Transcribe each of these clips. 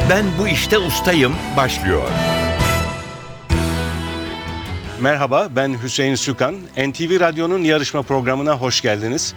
Ben bu işte ustayım başlıyor. Merhaba, ben Hüseyin Sükan. NTV Radyo'nun yarışma programına hoş geldiniz.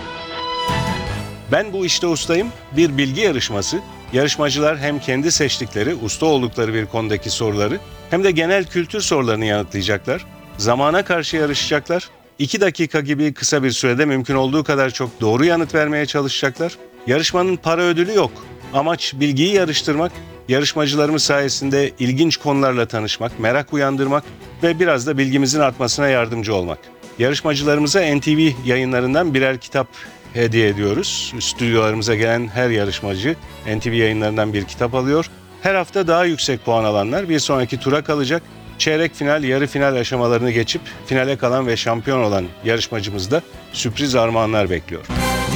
Ben bu işte ustayım, bir bilgi yarışması. Yarışmacılar hem kendi seçtikleri, usta oldukları bir konudaki soruları hem de genel kültür sorularını yanıtlayacaklar. Zamana karşı yarışacaklar. 2 dakika gibi kısa bir sürede mümkün olduğu kadar çok doğru yanıt vermeye çalışacaklar. Yarışmanın para ödülü yok. Amaç bilgiyi yarıştırmak, yarışmacılarımız sayesinde ilginç konularla tanışmak, merak uyandırmak ve biraz da bilgimizin artmasına yardımcı olmak. Yarışmacılarımıza NTV yayınlarından birer kitap hediye ediyoruz. Stüdyolarımıza gelen her yarışmacı NTV yayınlarından bir kitap alıyor. Her hafta daha yüksek puan alanlar bir sonraki tura kalacak. Çeyrek final, yarı final aşamalarını geçip finale kalan ve şampiyon olan yarışmacımız da sürpriz armağanlar bekliyor.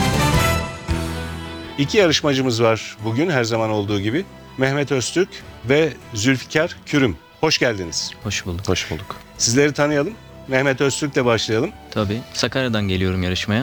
2 yarışmacımız var bugün her zaman olduğu gibi. Mehmet Öztürk ve Zülfikar Kürüm. Hoş geldiniz. Hoş bulduk. Hoş bulduk. Sizleri tanıyalım. Mehmet Öztürk'le başlayalım. Tabii. Sakarya'dan geliyorum yarışmaya.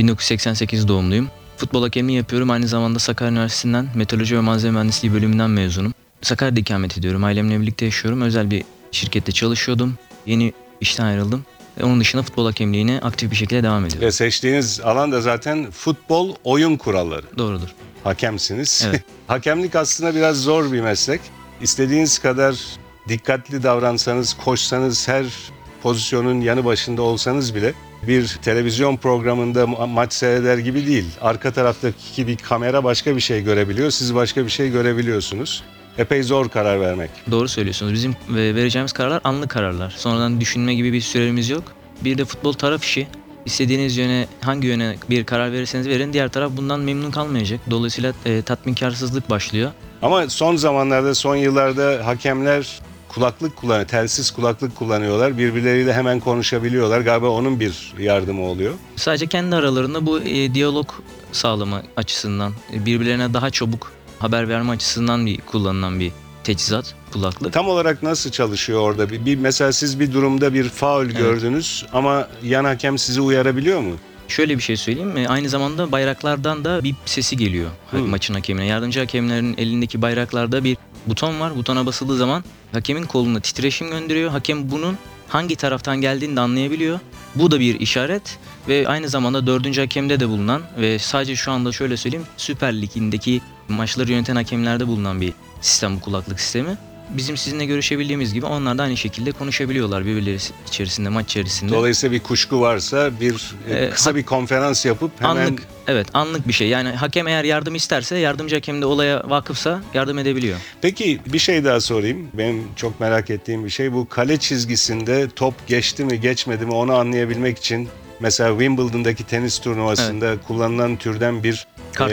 1988 doğumluyum. Futbol hakemliği yapıyorum. Aynı zamanda Sakarya Üniversitesi'nden Meteoroloji ve Malzeme Mühendisliği bölümünden mezunum. Sakarya'da ikamet ediyorum. Ailemle birlikte yaşıyorum. Özel bir şirkette çalışıyordum. Yeni işten ayrıldım. Onun dışında futbol hakemliğine aktif bir şekilde devam ediyorum. Ve seçtiğiniz alan da zaten futbol oyun kuralları. Doğrudur. Hakemsiniz. Evet. Hakemlik aslında biraz zor bir meslek. İstediğiniz kadar dikkatli davransanız, koşsanız, her pozisyonun yanı başında olsanız bile bir televizyon programında maç seyreder gibi değil. Arka taraftaki bir kamera başka bir şey görebiliyor, siz başka bir şey görebiliyorsunuz. Epey zor karar vermek. Doğru söylüyorsunuz. Bizim vereceğimiz kararlar anlık kararlar. Sonradan düşünme gibi bir süremiz yok. Bir de futbol taraf işi. İstediğiniz yöne, hangi yöne bir karar verirseniz verin, diğer taraf bundan memnun kalmayacak. Dolayısıyla tatminkarsızlık başlıyor. Ama son zamanlarda, son yıllarda hakemler kulaklık kullanıyor, telsiz kulaklık kullanıyorlar. Birbirleriyle hemen konuşabiliyorlar. Galiba onun bir yardımı oluyor. Sadece kendi aralarında bu diyalog sağlama açısından, birbirlerine daha çabuk haber verme açısından kullanılan bir teçhizat, kulaklık. Tam olarak nasıl çalışıyor orada? Mesela siz bir durumda bir faul gördünüz ama yan hakem sizi uyarabiliyor mu? Şöyle bir şey söyleyeyim. Aynı zamanda bayraklardan da bir sesi geliyor maçın hakemine. Yardımcı hakemlerin elindeki bayraklarda bir buton var. Butona basıldığı zaman hakemin koluna titreşim gönderiyor. Hakem bunun hangi taraftan geldiğini de anlayabiliyor. Bu da bir işaret ve aynı zamanda 4. hakemde de bulunan ve sadece şu anda şöyle söyleyeyim, Süper Lig'indeki maçları yöneten hakemlerde bulunan bir sistem, bu kulaklık sistemi. Bizim sizinle görüşebildiğimiz gibi onlar da aynı şekilde konuşabiliyorlar birbirleri içerisinde, maç içerisinde. Dolayısıyla bir kuşku varsa kısa bir konferans yapıp hemen... Anlık bir şey. Yani hakem eğer yardım isterse, yardımcı hakem de olaya vakıfsa yardım edebiliyor. Peki bir şey daha sorayım. Benim çok merak ettiğim bir şey, bu kale çizgisinde top geçti mi geçmedi mi onu anlayabilmek için mesela Wimbledon'daki tenis turnuvasında kullanılan türden bir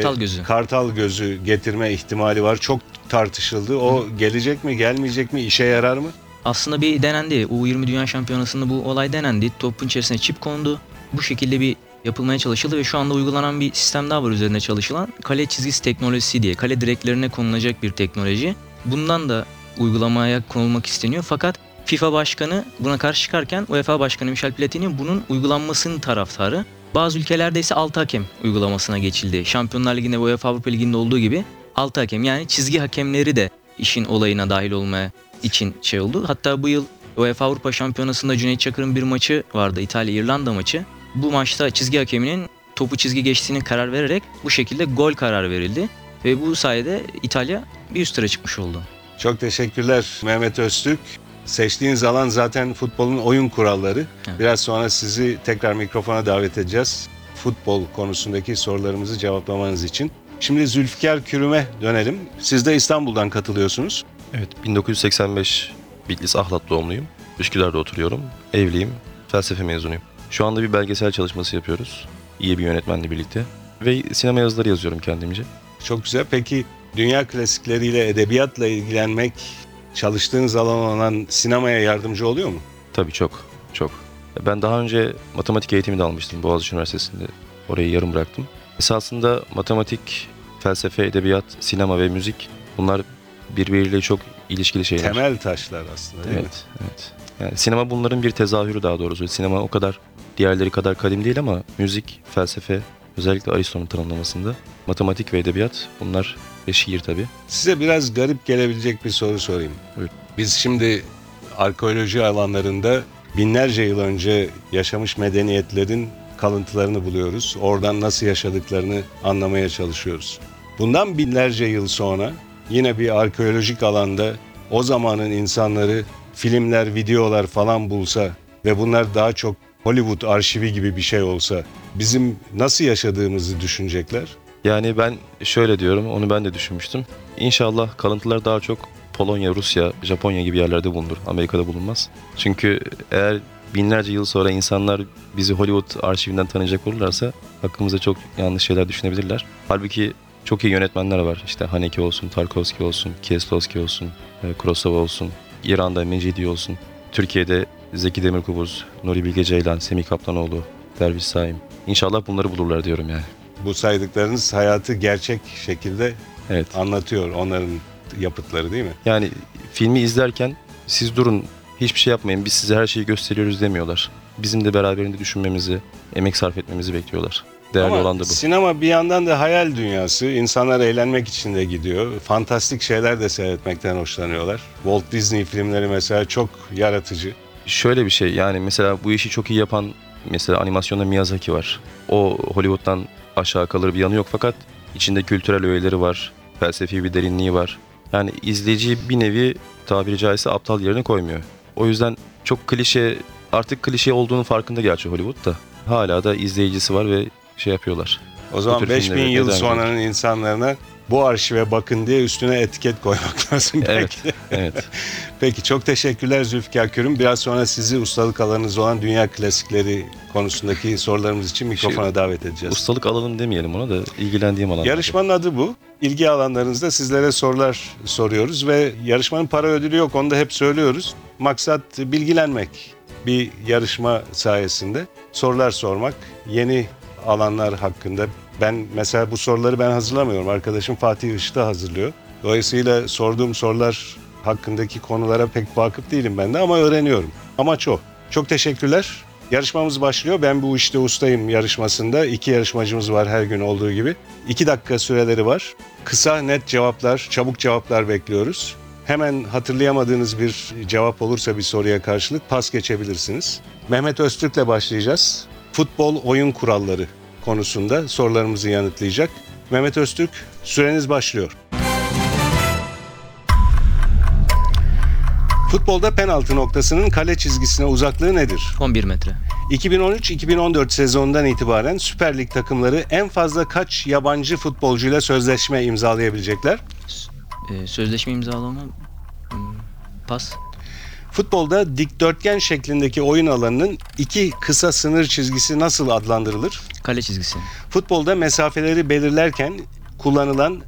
kartal gözü getirme ihtimali var. Çok tartışıldı. O gelecek mi, gelmeyecek mi, işe yarar mı? Aslında bir denendi. U20 Dünya Şampiyonası'nda bu olay denendi. Topun içerisine çip kondu. Bu şekilde bir yapılmaya çalışıldı ve şu anda uygulanan bir sistem daha var üzerinde çalışılan. Kale çizgisi teknolojisi diye. Kale direklerine konulacak bir teknoloji. Bundan da uygulamaya konulmak isteniyor. Fakat FIFA Başkanı buna karşı çıkarken UEFA Başkanı Michel Platini bunun uygulanmasının taraftarı. Bazı ülkelerde ise 6 hakem uygulamasına geçildi. Şampiyonlar Ligi'nde ve UEFA Avrupa Ligi'nde olduğu gibi 6 hakem, yani çizgi hakemleri de işin olayına dahil olmaya için oldu. Hatta bu yıl UEFA Avrupa Şampiyonası'nda Cüneyt Çakır'ın bir maçı vardı, İtalya-İrlanda maçı. Bu maçta çizgi hakeminin topu çizgi geçtiğini karar vererek bu şekilde gol kararı verildi. Ve bu sayede İtalya bir üst tura çıkmış oldu. Çok teşekkürler Mehmet Öztürk. Seçtiğiniz alan zaten futbolun oyun kuralları. Evet. Biraz sonra sizi tekrar mikrofona davet edeceğiz. Futbol konusundaki sorularımızı cevaplamanız için. Şimdi Zülfikar Kürüm'e dönelim. Siz de İstanbul'dan katılıyorsunuz. Evet, 1985 Bitlis Ahlat doğumluyum. Üsküdar'da oturuyorum. Evliyim. Felsefe mezunuyum. Şu anda bir belgesel çalışması yapıyoruz. İyi bir yönetmenle birlikte. Ve sinema yazıları yazıyorum kendimce. Çok güzel. Peki dünya klasikleriyle, edebiyatla ilgilenmek çalıştığınız alan olan sinemaya yardımcı oluyor mu? Tabii çok. Ben daha önce matematik eğitimi de almıştım Boğaziçi Üniversitesi'nde. Orayı yarım bıraktım. Esasında matematik, felsefe, edebiyat, sinema ve müzik, bunlar birbiriyle çok ilişkili şeyler. Temel taşlar aslında, değil mi? Evet. Yani sinema bunların bir tezahürü daha doğrusu. Sinema o kadar diğerleri kadar kadim değil ama müzik, felsefe, Özellikle Aristo'nun tanımlamasında. Matematik ve edebiyat, bunlar ve şiir tabii. Size biraz garip gelebilecek bir soru sorayım. Buyurun. Biz şimdi arkeoloji alanlarında binlerce yıl önce yaşamış medeniyetlerin kalıntılarını buluyoruz. Oradan nasıl yaşadıklarını anlamaya çalışıyoruz. Bundan binlerce yıl sonra yine bir arkeolojik alanda o zamanın insanları filmler, videolar falan bulsa ve bunlar daha çok Hollywood arşivi gibi bir şey olsa bizim nasıl yaşadığımızı düşünecekler. Yani ben şöyle diyorum, onu ben de düşünmüştüm. İnşallah kalıntılar daha çok Polonya, Rusya, Japonya gibi yerlerde bulunur. Amerika'da bulunmaz. Çünkü eğer binlerce yıl sonra insanlar bizi Hollywood arşivinden tanıyacak olurlarsa hakkımızda çok yanlış şeyler düşünebilirler. Halbuki çok iyi yönetmenler var. İşte Haneke olsun, Tarkovski olsun, Kieslowski olsun, Kurosawa olsun, İran'da Mecidi olsun. Türkiye'de Zeki Demirkubuz, Nuri Bilge Ceylan, Semih Kaplanoğlu, Derviş Saim. İnşallah bunları bulurlar diyorum yani. Bu saydıklarınız hayatı gerçek şekilde Evet. anlatıyor, onların yapıtları değil mi? Yani filmi izlerken siz durun, hiçbir şey yapmayın, biz size her şeyi gösteriyoruz demiyorlar. Bizim de beraberinde düşünmemizi, emek sarf etmemizi bekliyorlar. Değerli Ama olan da bu. sinema bir yandan da hayal dünyası. İnsanlar eğlenmek için de gidiyor. Fantastik şeyler de seyretmekten hoşlanıyorlar. Walt Disney filmleri mesela çok yaratıcı. Şöyle bir şey, yani mesela bu işi çok iyi yapan mesela animasyonda Miyazaki var. O Hollywood'dan aşağı kalır bir yanı yok fakat içinde kültürel öğeleri var, felsefi bir derinliği var. Yani izleyiciyi bir nevi tabiri caizse aptal yerine koymuyor. O yüzden çok klişe, artık klişe olduğunun farkında gerçi Hollywood da. Hala da izleyicisi var ve şey yapıyorlar. O zaman Bu tür 5000 filmleri yıl neden sonranın insanlarına bu arşive bakın diye üstüne etiket koymak lazım belki Evet, de. evet. Peki çok teşekkürler Zülfikar Kürüm. Biraz sonra sizi ustalık alanınız olan dünya klasikleri konusundaki sorularımız için mikrofona davet edeceğiz. Ustalık alalım demeyelim ona da, ilgilendiğim alan. Yarışmanın adı bu. İlgi alanlarınızda sizlere sorular soruyoruz ve yarışmanın para ödülü yok, onu da hep söylüyoruz. Maksat bilgilenmek. Bir yarışma sayesinde sorular sormak, yeni alanlar hakkında. Ben mesela bu soruları ben hazırlamıyorum. Arkadaşım Fatih Işıt'a hazırlıyor. Dolayısıyla sorduğum sorular hakkındaki konulara pek vakıf değilim ben de ama öğreniyorum. Amaç o. Çok teşekkürler. Yarışmamız başlıyor. Ben bu işte ustayım yarışmasında. 2 yarışmacımız var her gün olduğu gibi. 2 dakika süreleri var. Kısa, net cevaplar, çabuk cevaplar bekliyoruz. Hemen hatırlayamadığınız bir cevap olursa bir soruya karşılık pas geçebilirsiniz. Mehmet Öztürk'le başlayacağız. Futbol oyun kuralları konusunda sorularımızı yanıtlayacak. Mehmet Öztürk, süreniz başlıyor. Futbolda penaltı noktasının kale çizgisine uzaklığı nedir? 11 metre. 2013-2014 sezonundan itibaren Süper Lig takımları en fazla kaç yabancı futbolcuyla sözleşme imzalayabilecekler? Sözleşme imzalama pas. Futbolda dikdörtgen şeklindeki oyun alanının 2 kısa sınır çizgisi nasıl adlandırılır? Kale çizgisi. Futbolda mesafeleri belirlerken kullanılan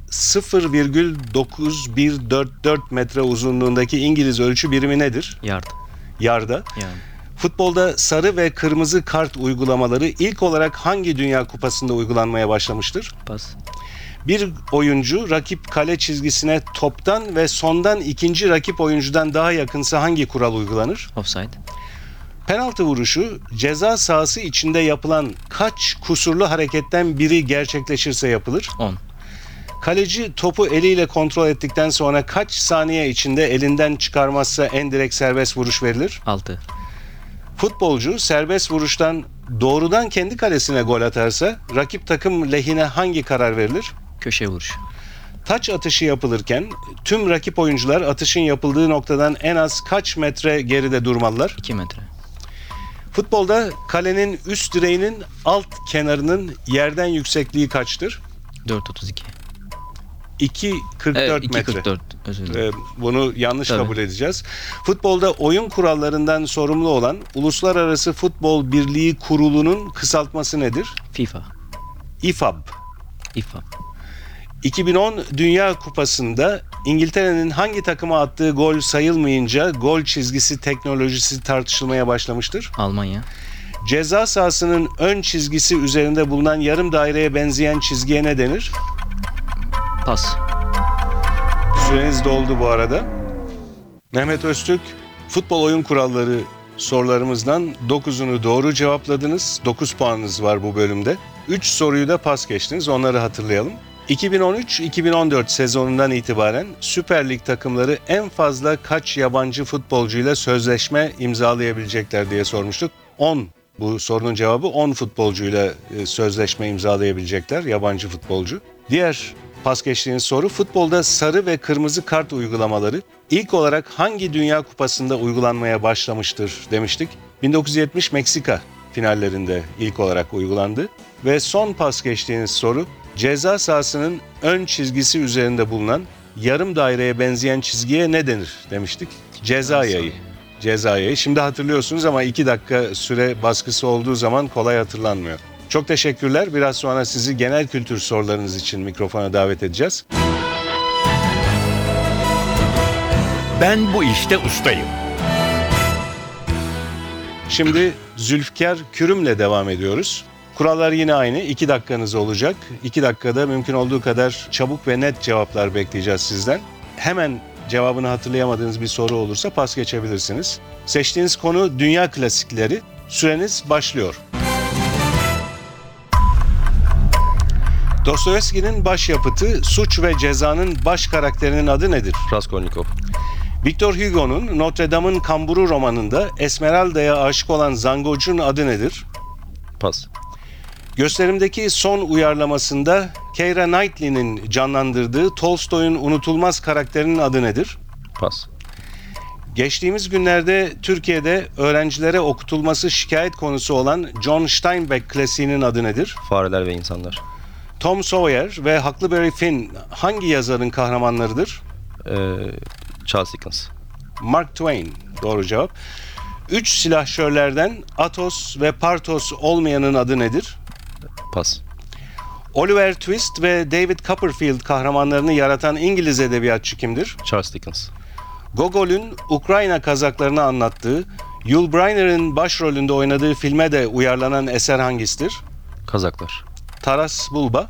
0,9144 metre uzunluğundaki İngiliz ölçü birimi nedir? Yard. Yarda. Yani. Futbolda sarı ve kırmızı kart uygulamaları ilk olarak hangi Dünya Kupası'nda uygulanmaya başlamıştır? Pas. Bir oyuncu rakip kale çizgisine toptan ve sondan ikinci rakip oyuncudan daha yakınsa hangi kural uygulanır? Offside. Penaltı vuruşu ceza sahası içinde yapılan kaç kusurlu hareketten biri gerçekleşirse yapılır? 10. Kaleci topu eliyle kontrol ettikten sonra kaç saniye içinde elinden çıkarmazsa en direkt serbest vuruş verilir? 6. Futbolcu serbest vuruştan doğrudan kendi kalesine gol atarsa rakip takım lehine hangi karar verilir? Köşe vuruş. Taç atışı yapılırken tüm rakip oyuncular atışın yapıldığı noktadan en az kaç metre geride durmalılar? 2 metre. Futbolda kalenin üst direğinin alt kenarının yerden yüksekliği kaçtır? 4.32. 2,44 Evet, metre. 2.44. Özür dilerim. Bunu yanlış Tabii. kabul edeceğiz. Futbolda oyun kurallarından sorumlu olan Uluslararası Futbol Birliği Kurulu'nun kısaltması nedir? FIFA. IFAB. İFA. 2010 Dünya Kupası'nda İngiltere'nin hangi takıma attığı gol sayılmayınca gol çizgisi teknolojisi tartışılmaya başlamıştır? Almanya. Ceza sahasının ön çizgisi üzerinde bulunan yarım daireye benzeyen çizgiye ne denir? Pas. Süreniz doldu bu arada. Mehmet Öztürk, futbol oyun kuralları sorularımızdan 9'unu doğru cevapladınız. 9 puanınız var bu bölümde. 3 soruyu da pas geçtiniz. Onları hatırlayalım. 2013-2014 sezonundan itibaren Süper Lig takımları en fazla kaç yabancı futbolcuyla sözleşme imzalayabilecekler diye sormuştuk. 10. Bu sorunun cevabı 10 futbolcuyla sözleşme imzalayabilecekler, yabancı futbolcu. Diğer pas geçtiğiniz soru, futbolda sarı ve kırmızı kart uygulamaları ilk olarak hangi Dünya Kupası'nda uygulanmaya başlamıştır demiştik. 1970 Meksika finallerinde ilk olarak uygulandı. Ve son pas geçtiğiniz soru, ceza sahasının ön çizgisi üzerinde bulunan yarım daireye benzeyen çizgiye ne denir demiştik. Ceza yayı. Ceza yayı. Şimdi hatırlıyorsunuz ama 2 dakika süre baskısı olduğu zaman kolay hatırlanmıyor. Çok teşekkürler. Biraz sonra sizi genel kültür sorularınız için mikrofona davet edeceğiz. Ben bu işte ustayım. Şimdi Zülfikar Kürüm'le devam ediyoruz. Kurallar yine aynı. 2 dakikanız olacak. 2 dakikada mümkün olduğu kadar çabuk ve net cevaplar bekleyeceğiz sizden. Hemen cevabını hatırlayamadığınız bir soru olursa pas geçebilirsiniz. Seçtiğiniz konu dünya klasikleri. Süreniz başlıyor. Dostoyevski'nin başyapıtı Suç ve Ceza'nın baş karakterinin adı nedir? Raskolnikov. Victor Hugo'nun Notre Dame'ın Kamburu romanında Esmeralda'ya aşık olan Zangoc'un adı nedir? Pas. Gösterimdeki son uyarlamasında Keira Knightley'nin canlandırdığı Tolstoy'un unutulmaz karakterinin adı nedir? Pas. Geçtiğimiz günlerde Türkiye'de öğrencilere okutulması şikayet konusu olan John Steinbeck klasiğinin adı nedir? Fareler ve insanlar. Tom Sawyer ve Huckleberry Finn hangi yazarın kahramanlarıdır? Charles Dickens. Mark Twain. Doğru cevap. 3 silahşörlerden Athos ve Parthos olmayanın adı nedir? Pas. Oliver Twist ve David Copperfield kahramanlarını yaratan İngiliz edebiyatçı kimdir? Charles Dickens. Gogol'ün Ukrayna kazaklarını anlattığı, Yul Brynner'ın başrolünde oynadığı filme de uyarlanan eser hangisidir? Kazaklar. Taras Bulba.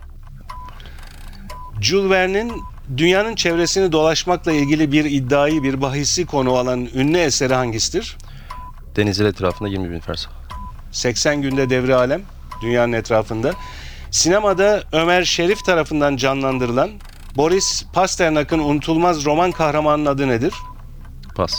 Jules Verne'in dünyanın çevresini dolaşmakla ilgili bir iddiayı, bir bahisi konu alan ünlü eseri hangisidir? Denizler etrafında 20.000 fersah. 80 günde devri alem, dünyanın etrafında. Sinemada Ömer Şerif tarafından canlandırılan Boris Pasternak'ın unutulmaz roman kahramanının adı nedir? Pas.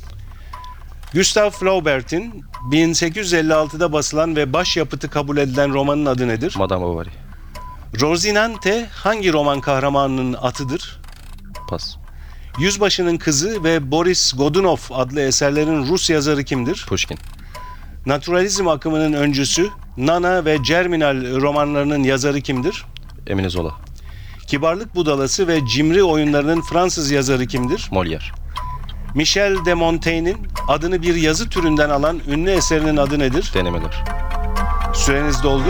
Gustav Flaubert'in 1856'da basılan ve başyapıtı kabul edilen romanın adı nedir? Madame Bovary. Rozinante hangi roman kahramanının atıdır? Pas. Yüzbaşının Kızı ve Boris Godunov adlı eserlerin Rus yazarı kimdir? Pushkin. Naturalizm akımının öncüsü Nana ve Germinal romanlarının yazarı kimdir? Emile Zola. Kibarlık Budalası ve Cimri oyunlarının Fransız yazarı kimdir? Molière. Michel de Montaigne'in adını bir yazı türünden alan ünlü eserinin adı nedir? Denemeler. Süreniz doldu.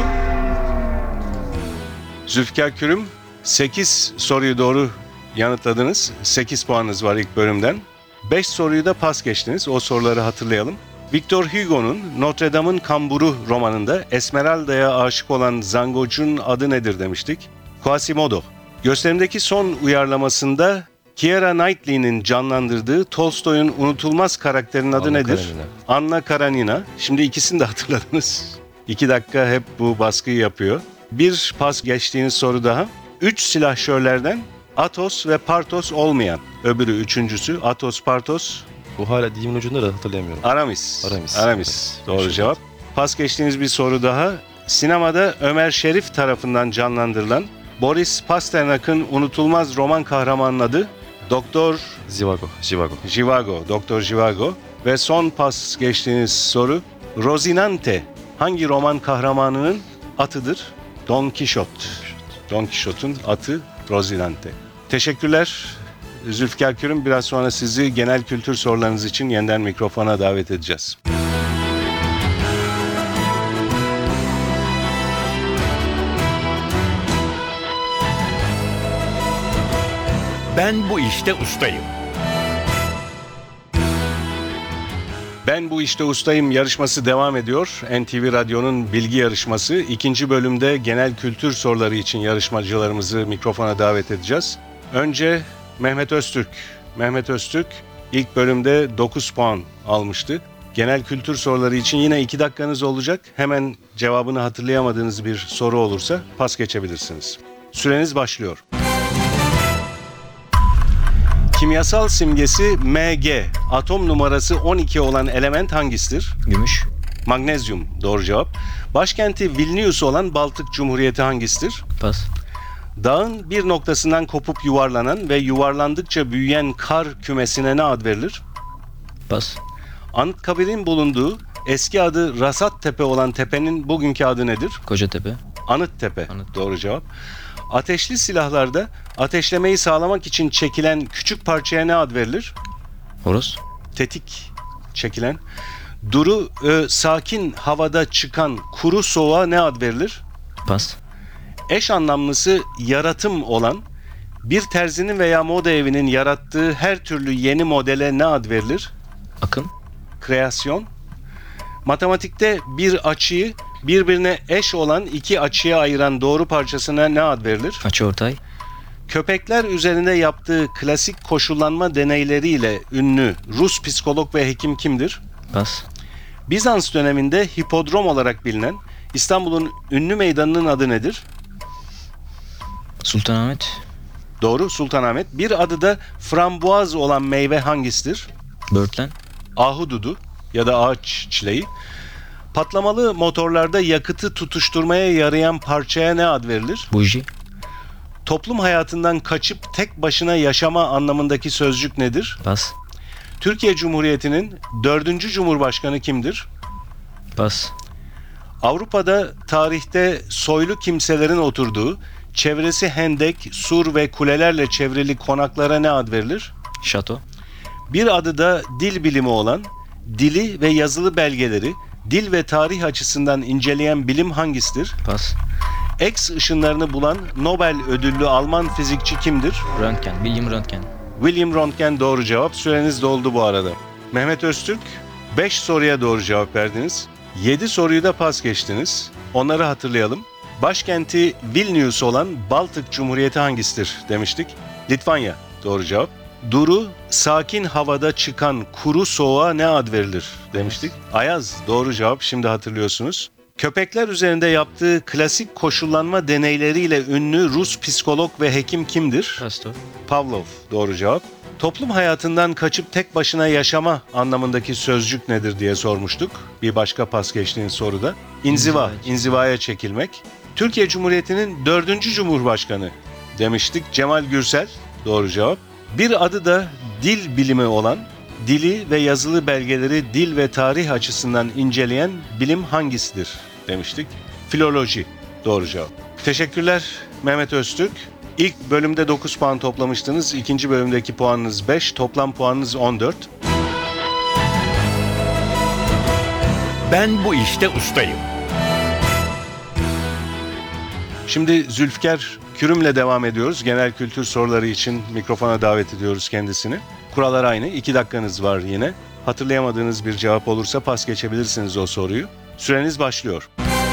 Zülfikar Kürüm, 8 soruyu doğru yanıtladınız. 8 puanınız var ilk bölümden. 5 soruyu da pas geçtiniz. O soruları hatırlayalım. Victor Hugo'nun Notre Dame'ın Kamburu romanında Esmeralda'ya aşık olan Zangoc'un adı nedir demiştik? Quasimodo. Gösterimdeki son uyarlamasında Keira Knightley'nin canlandırdığı Tolstoy'un unutulmaz karakterinin adı Anna nedir? Karenina. Anna Karenina. Şimdi ikisini de hatırladınız. 2 dakika hep bu baskıyı yapıyor. Bir pas geçtiğiniz soru daha. 3 silahşörlerden Athos ve Parthos olmayan, öbürü üçüncüsü Athos, Parthos, Bu hala dilimin ucunda da hatırlayamıyorum. Aramis. Aramis. Aramis. Evet. Doğru Teşekkür cevap. Pas geçtiğiniz bir soru daha. Sinemada Ömer Şerif tarafından canlandırılan Boris Pasternak'ın unutulmaz roman kahramanının adı Doktor Zhivago. Zhivago. Doktor Zhivago. Ve son pas geçtiğiniz soru. Rozinante hangi roman kahramanının atıdır? Don Quixote. Don Quixote'un atı Rozinante. Teşekkürler. Zülfikar Kürüm, biraz sonra sizi genel kültür sorularınız için yeniden mikrofona davet edeceğiz. Ben bu işte ustayım. Ben bu işte ustayım yarışması devam ediyor. NTV Radyo'nun bilgi yarışması. 2. bölümde genel kültür soruları için yarışmacılarımızı mikrofona davet edeceğiz. Önce Mehmet Öztürk. Mehmet Öztürk ilk bölümde 9 puan almıştı. Genel kültür soruları için yine 2 dakikanız olacak. Hemen cevabını hatırlayamadığınız bir soru olursa pas geçebilirsiniz. Süreniz başlıyor. Kimyasal simgesi Mg, atom numarası 12 olan element hangisidir? Gümüş. Magnezyum, doğru cevap. Başkenti Vilnius olan Baltık Cumhuriyeti hangisidir? Pas. Dağın bir noktasından kopup yuvarlanan ve yuvarlandıkça büyüyen kar kümesine ne ad verilir? Pas. Anıtkabir'in bulunduğu eski adı Rasat Tepe olan tepenin bugünkü adı nedir? Kocatepe. Anıttepe, Anıt. doğru cevap. Ateşli silahlarda ateşlemeyi sağlamak için çekilen küçük parçaya ne ad verilir? Horoz. Tetik çekilen. Duru, sakin havada çıkan kuru soğuğa ne ad verilir? Pas. Eş anlamlısı yaratım olan bir terzinin veya moda evinin yarattığı her türlü yeni modele ne ad verilir? Akım. Kreasyon. Matematikte bir açıyı birbirine eş olan iki açıya ayıran doğru parçasına ne ad verilir? Açıortay. Köpekler üzerinde yaptığı klasik koşullanma deneyleriyle ünlü Rus psikolog ve hekim kimdir? Pas. Bizans döneminde hipodrom olarak bilinen İstanbul'un ünlü meydanının adı nedir? Sultanahmet. Doğru, Sultanahmet. Bir adı da frambuaz olan meyve hangisidir? Böğürtlen. Ahududu ya da ağaç çileği. Patlamalı motorlarda yakıtı tutuşturmaya yarayan parçaya ne ad verilir? Buji. Toplum hayatından kaçıp tek başına yaşama anlamındaki sözcük nedir? Pas. Türkiye Cumhuriyeti'nin 4. Cumhurbaşkanı kimdir? Pas. Avrupa'da tarihte soylu kimselerin oturduğu, çevresi hendek, sur ve kulelerle çevrili konaklara ne ad verilir? Şato. Bir adı da dil bilimi olan, dili ve yazılı belgeleri, dil ve tarih açısından inceleyen bilim hangisidir? Pas. X ışınlarını bulan Nobel ödüllü Alman fizikçi kimdir? Röntgen. William Röntgen. William Röntgen doğru cevap. Süreniz doldu bu arada. Mehmet Öztürk, 5 soruya doğru cevap verdiniz. 7 soruyu da pas geçtiniz. Onları hatırlayalım. Başkenti Vilnius olan Baltık Cumhuriyeti hangisidir demiştik? Litvanya doğru cevap. Duru, sakin havada çıkan kuru soğuğa ne ad verilir demiştik. Ayaz doğru cevap, şimdi hatırlıyorsunuz. Köpekler üzerinde yaptığı klasik koşullanma deneyleriyle ünlü Rus psikolog ve hekim kimdir? Pastor. Pavlov doğru cevap. Toplum hayatından kaçıp tek başına yaşama anlamındaki sözcük nedir diye sormuştuk. Bir başka pas geçtiğin soruda. İnziva, inzivaya çekilmek. Türkiye Cumhuriyeti'nin 4. Cumhurbaşkanı demiştik. Cemal Gürsel doğru cevap. Bir adı da dil bilimi olan, dili ve yazılı belgeleri dil ve tarih açısından inceleyen bilim hangisidir demiştik. Filoloji doğru cevap. Teşekkürler Mehmet Öztürk. İlk bölümde 9 puan toplamıştınız. İkinci bölümdeki puanınız 5. Toplam puanınız 14. Ben bu işte ustayım. Şimdi Zülfikar Kürüm'le devam ediyoruz. Genel kültür soruları için mikrofona davet ediyoruz kendisini. Kurallar aynı. 2 dakikanız var yine. Hatırlayamadığınız bir cevap olursa pas geçebilirsiniz o soruyu. Süreniz başlıyor.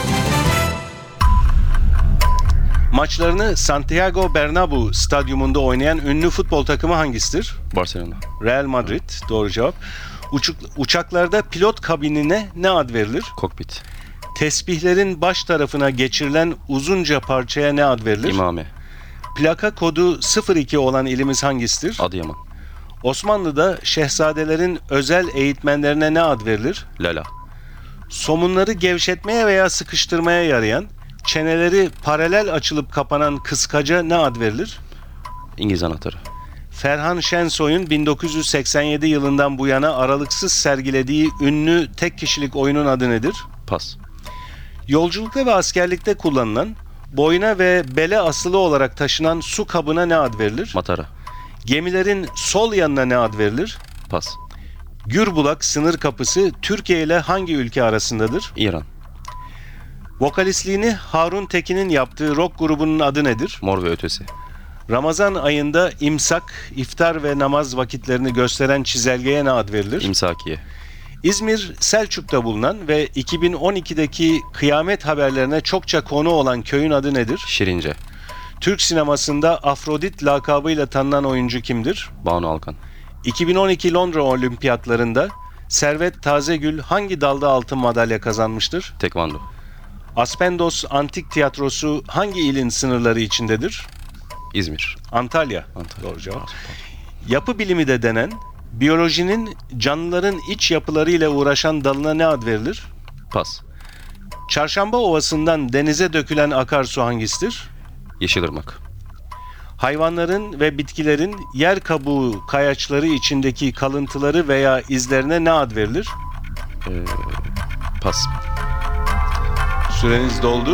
Maçlarını Santiago Bernabéu stadyumunda oynayan ünlü futbol takımı hangisidir? Barcelona. Real Madrid. Doğru cevap. Uçaklarda pilot kabinine ne ad verilir? Kokpit. Tesbihlerin baş tarafına geçirilen uzunca parçaya ne ad verilir? İmame. Plaka kodu 02 olan ilimiz hangisidir? Adıyaman. Osmanlı'da şehzadelerin özel eğitmenlerine ne ad verilir? Lala. Somunları gevşetmeye veya sıkıştırmaya yarayan, çeneleri paralel açılıp kapanan kıskaca ne ad verilir? İngiliz anahtarı. Ferhan Şensoy'un 1987 yılından bu yana aralıksız sergilediği ünlü tek kişilik oyunun adı nedir? Pas. Yolculukta ve askerlikte kullanılan, boyuna ve bele asılı olarak taşınan su kabına ne ad verilir? Matara. Gemilerin sol yanına ne ad verilir? Pas. Gürbulak sınır kapısı Türkiye ile hangi ülke arasındadır? İran. Vokalistliğini Harun Tekin'in yaptığı rock grubunun adı nedir? Mor ve Ötesi. Ramazan ayında imsak, iftar ve namaz vakitlerini gösteren çizelgeye ne ad verilir? İmsakiye. İzmir, Selçuk'ta bulunan ve 2012'deki kıyamet haberlerine çokça konu olan köyün adı nedir? Şirince. Türk sinemasında Afrodit lakabıyla tanınan oyuncu kimdir? Banu Alkan. 2012 Londra Olimpiyatlarında Servet Tazegül hangi dalda altın madalya kazanmıştır? Tekvando. Aspendos Antik Tiyatrosu hangi ilin sınırları içindedir? İzmir. Antalya. Antalya. Doğru cevap. Yapı bilimi de denen, biyolojinin canlıların iç yapılarıyla uğraşan dalına ne ad verilir? Pas. Çarşamba Ovası'ndan denize dökülen akarsu hangisidir? Yeşilırmak. Hayvanların ve bitkilerin yer kabuğu kayaçları içindeki kalıntıları veya izlerine ne ad verilir? Pas. Süreniz doldu.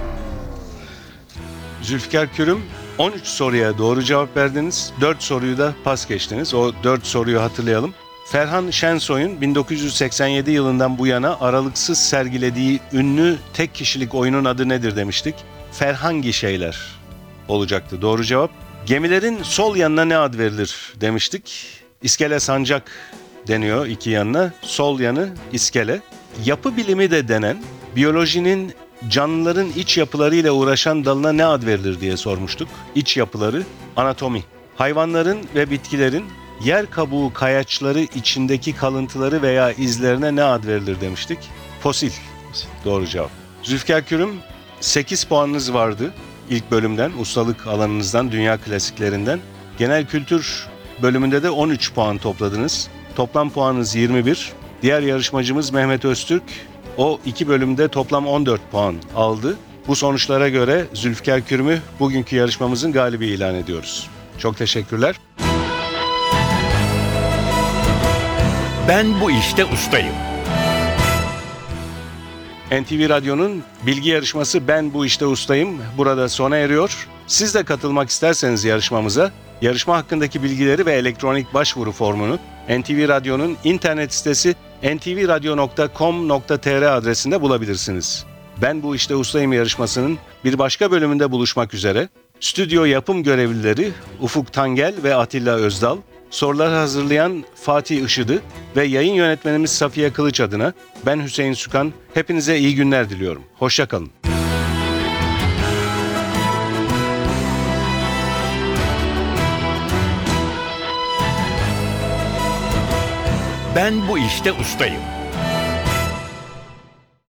Zülfikar Kürüm, 13 soruya doğru cevap verdiniz. 4 soruyu da pas geçtiniz. O 4 soruyu hatırlayalım. Ferhan Şensoy'un 1987 yılından bu yana aralıksız sergilediği ünlü tek kişilik oyunun adı nedir demiştik. Ferhangi şeyler olacaktı. Doğru cevap. Gemilerin sol yanına ne ad verilir demiştik. İskele sancak deniyor iki yanına. Sol yanı iskele. Yapı bilimi de denen, biyolojinin canlıların iç yapılarıyla uğraşan dalına ne ad verilir diye sormuştuk. İç yapıları, anatomi. Hayvanların ve bitkilerin yer kabuğu kayaçları içindeki kalıntıları veya izlerine ne ad verilir demiştik. Fosil. Doğru cevap. Zülfikar Kürüm, 8 puanınız vardı ilk bölümden, ustalık alanınızdan, dünya klasiklerinden. Genel kültür bölümünde de 13 puan topladınız. Toplam puanınız 21. Diğer yarışmacımız Mehmet Öztürk, o 2 bölümde toplam 14 puan aldı. Bu sonuçlara göre Zülfikar Kürüm'ü bugünkü yarışmamızın galibi ilan ediyoruz. Çok teşekkürler. Ben bu işte ustayım. NTV Radyo'nun bilgi yarışması Ben Bu İşte Ustayım burada sona eriyor. Siz de katılmak isterseniz yarışmamıza, yarışma hakkındaki bilgileri ve elektronik başvuru formunu NTV Radyo'nun internet sitesi ntvradio.com.tr adresinde bulabilirsiniz. Ben Bu İşte Ustayım yarışmasının bir başka bölümünde buluşmak üzere. Stüdyo yapım görevlileri Ufuk Tangel ve Atilla Özdal, soruları hazırlayan Fatih Işıdı ve yayın yönetmenimiz Safiye Kılıç adına ben Hüseyin Sükan, hepinize iyi günler diliyorum. Hoşça kalın. Ben bu işte ustayım.